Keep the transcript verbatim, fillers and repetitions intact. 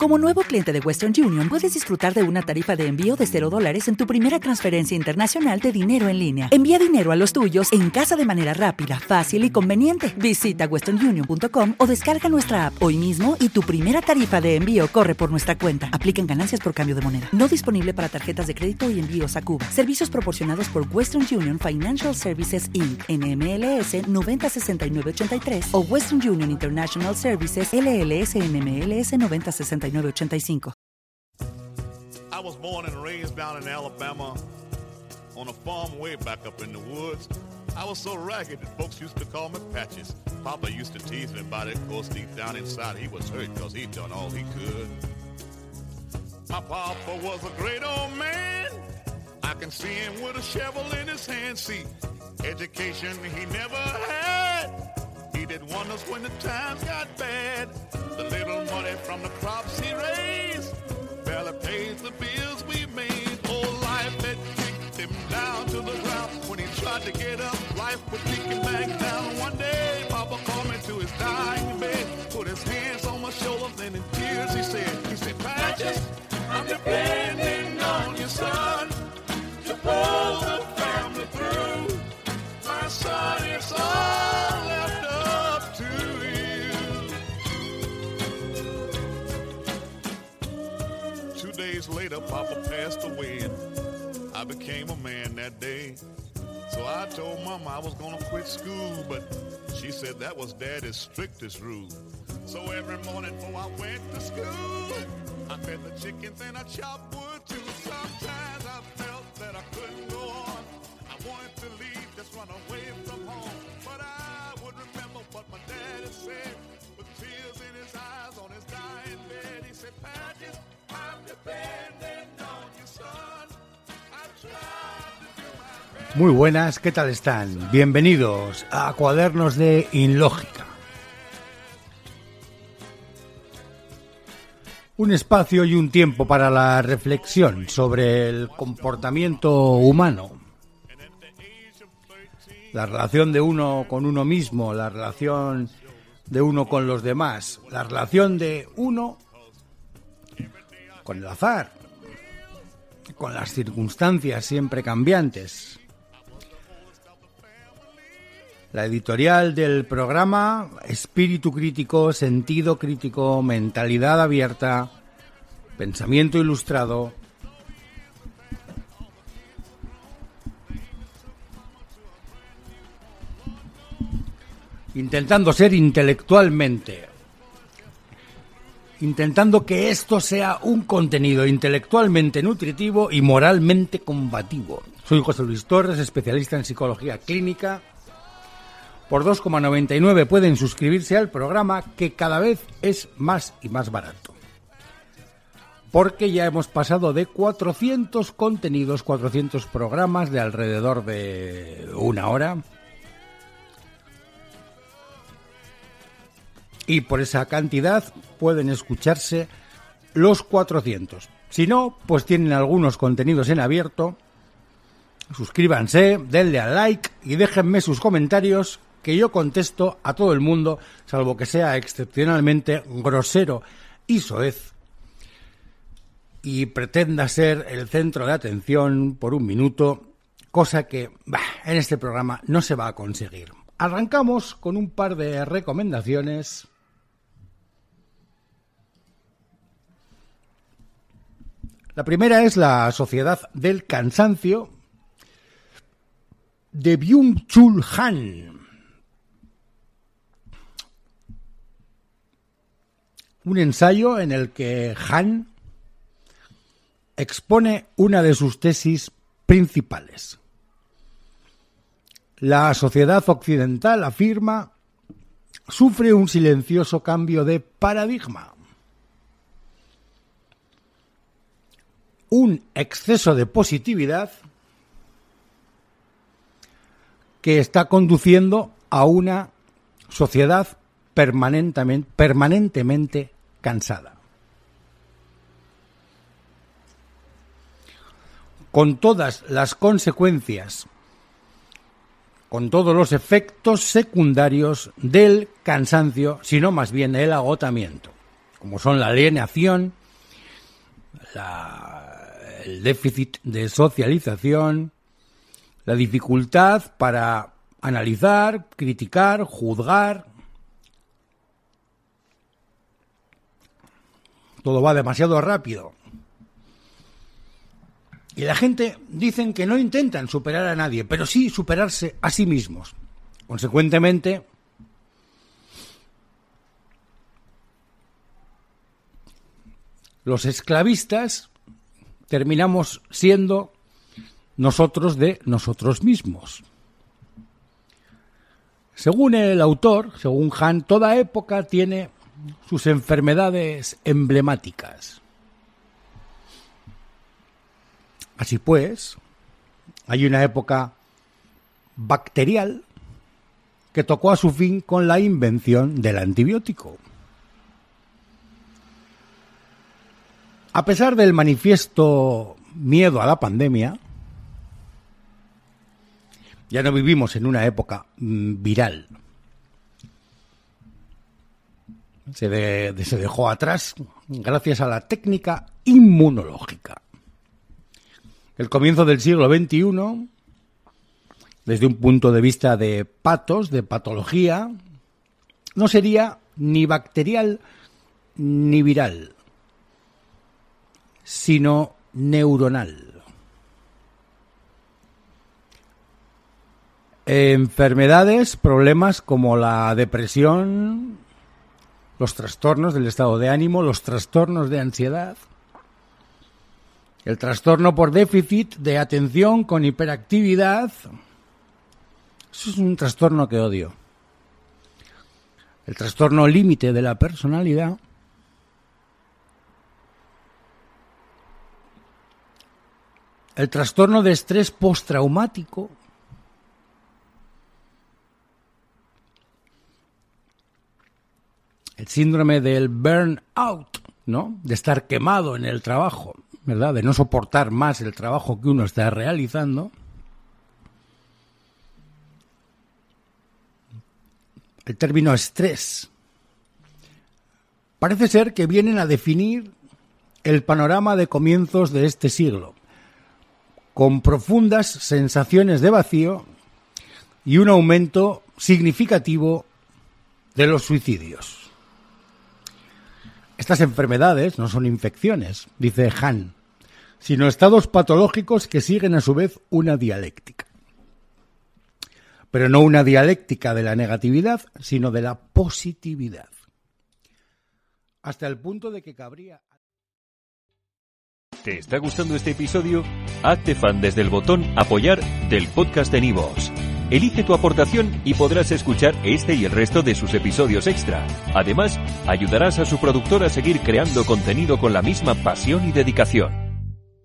Como nuevo cliente de Western Union, puedes disfrutar de una tarifa de envío de cero dólares en tu primera transferencia internacional de dinero en línea. Envía dinero a los tuyos en casa de manera rápida, fácil y conveniente. Visita western union punto com o descarga nuestra app hoy mismo y tu primera tarifa de envío corre por nuestra cuenta. Aplican ganancias por cambio de moneda. No disponible para tarjetas de crédito y envíos a Cuba. Servicios proporcionados por Western Union Financial Services Incorporated, N M L S noventa sesenta y nueve ochenta y tres o Western Union International Services L L S N M L S noventa sesenta y nueve ochenta y cinco. I was born and raised down in Alabama on a farm way back up in the woods. I was so ragged that folks used to call me Patches. Papa used to tease me about it. Of course, deep down inside, he was hurt because he'd done all he could. My papa was a great old man. I can see him with a shovel in his hand. See, education he never had. He did wonders when the times got bad. The little money from the crops he raised barely pays the bills we made. Oh, life had kicked him down to the ground. When he tried to get up, life would kick him back down. One day, Papa called me to his dying bed, put his hands on my shoulders, and in tears he said, he said, Patches, I'm depending on you, son, to pull the family through. My son, it's all left up to you. Two days later, Papa passed away, and I became a man that day. So I told Mama I was gonna quit school, but she said that was Daddy's strictest rule. So every morning before I went to school, I fed the chickens and I chopped wood too. Sometimes I felt that I couldn't go on. I wanted to leave, just run away from home. But I would remember what my daddy said, with tears in his eyes on his dying bed. He said, Patches, I'm depending on you, son. I tried to do my best. Muy buenas, ¿qué tal están? Bienvenidos a Cuadernos de Inlógica. Un espacio y un tiempo para la reflexión sobre el comportamiento humano. La relación de uno con uno mismo, la relación de uno con los demás, la relación de uno con el azar, con las circunstancias siempre cambiantes. La editorial del programa: espíritu crítico, sentido crítico, mentalidad abierta, pensamiento ilustrado. Intentando ser intelectualmente, intentando que esto sea un contenido intelectualmente nutritivo y moralmente combativo. Soy José Luis Torres, especialista en psicología clínica. Por dos coma noventa y nueve pueden suscribirse al programa, que cada vez es más y más barato. Porque ya hemos pasado de cuatrocientos contenidos, cuatrocientos programas de alrededor de una hora. Y por esa cantidad pueden escucharse los cuatrocientos. Si no, pues tienen algunos contenidos en abierto. Suscríbanse, denle al like y déjenme sus comentarios, que yo contesto a todo el mundo, salvo que sea excepcionalmente grosero y soez y pretenda ser el centro de atención por un minuto, cosa que bah, en este programa no se va a conseguir. Arrancamos con un par de recomendaciones. La primera es La Sociedad del Cansancio, de Byung-Chul Han. Un ensayo en el que Han expone una de sus tesis principales. La sociedad occidental, afirma, sufre un silencioso cambio de paradigma. Un exceso de positividad que está conduciendo a una sociedad permanentemente, permanentemente cansada. Con todas las consecuencias, con todos los efectos secundarios del cansancio, sino más bien el agotamiento. como son la alienación, la, el déficit de socialización, la dificultad para analizar, criticar, juzgar. Todo va demasiado rápido. Y la gente dicen que no intentan superar a nadie, pero sí superarse a sí mismos. Consecuentemente, los esclavistas terminamos siendo nosotros de nosotros mismos. Según el autor, según Han, toda época tiene sus enfermedades emblemáticas. Así pues, hay una época bacterial que tocó a su fin con la invención del antibiótico. A pesar del manifiesto miedo a la pandemia, ya no vivimos en una época mm, viral. Se, de, se dejó atrás gracias a la técnica inmunológica. El comienzo del siglo veintiuno, desde un punto de vista de patos, de patología, no sería ni bacterial ni viral, sino neuronal. Enfermedades, problemas como la depresión, los trastornos del estado de ánimo, los trastornos de ansiedad, el trastorno por déficit de atención con hiperactividad. Eso es un trastorno que odio. El trastorno límite de la personalidad. El trastorno de estrés postraumático. El síndrome del burnout, ¿no? De estar quemado en el trabajo, ¿verdad? De no soportar más el trabajo que uno está realizando. El término estrés. Parece ser que vienen a definir el panorama de comienzos de este siglo, con profundas sensaciones de vacío y un aumento significativo de los suicidios. Estas enfermedades no son infecciones, dice Han, sino estados patológicos que siguen a su vez una dialéctica. Pero no una dialéctica de la negatividad, sino de la positividad. Hasta el punto de que cabría... ¿Te está gustando este episodio? Hazte fan desde el botón Apoyar del podcast de Nivos. Elige tu aportación y podrás escuchar este y el resto de sus episodios extra. Además, ayudarás a su productor a seguir creando contenido con la misma pasión y dedicación.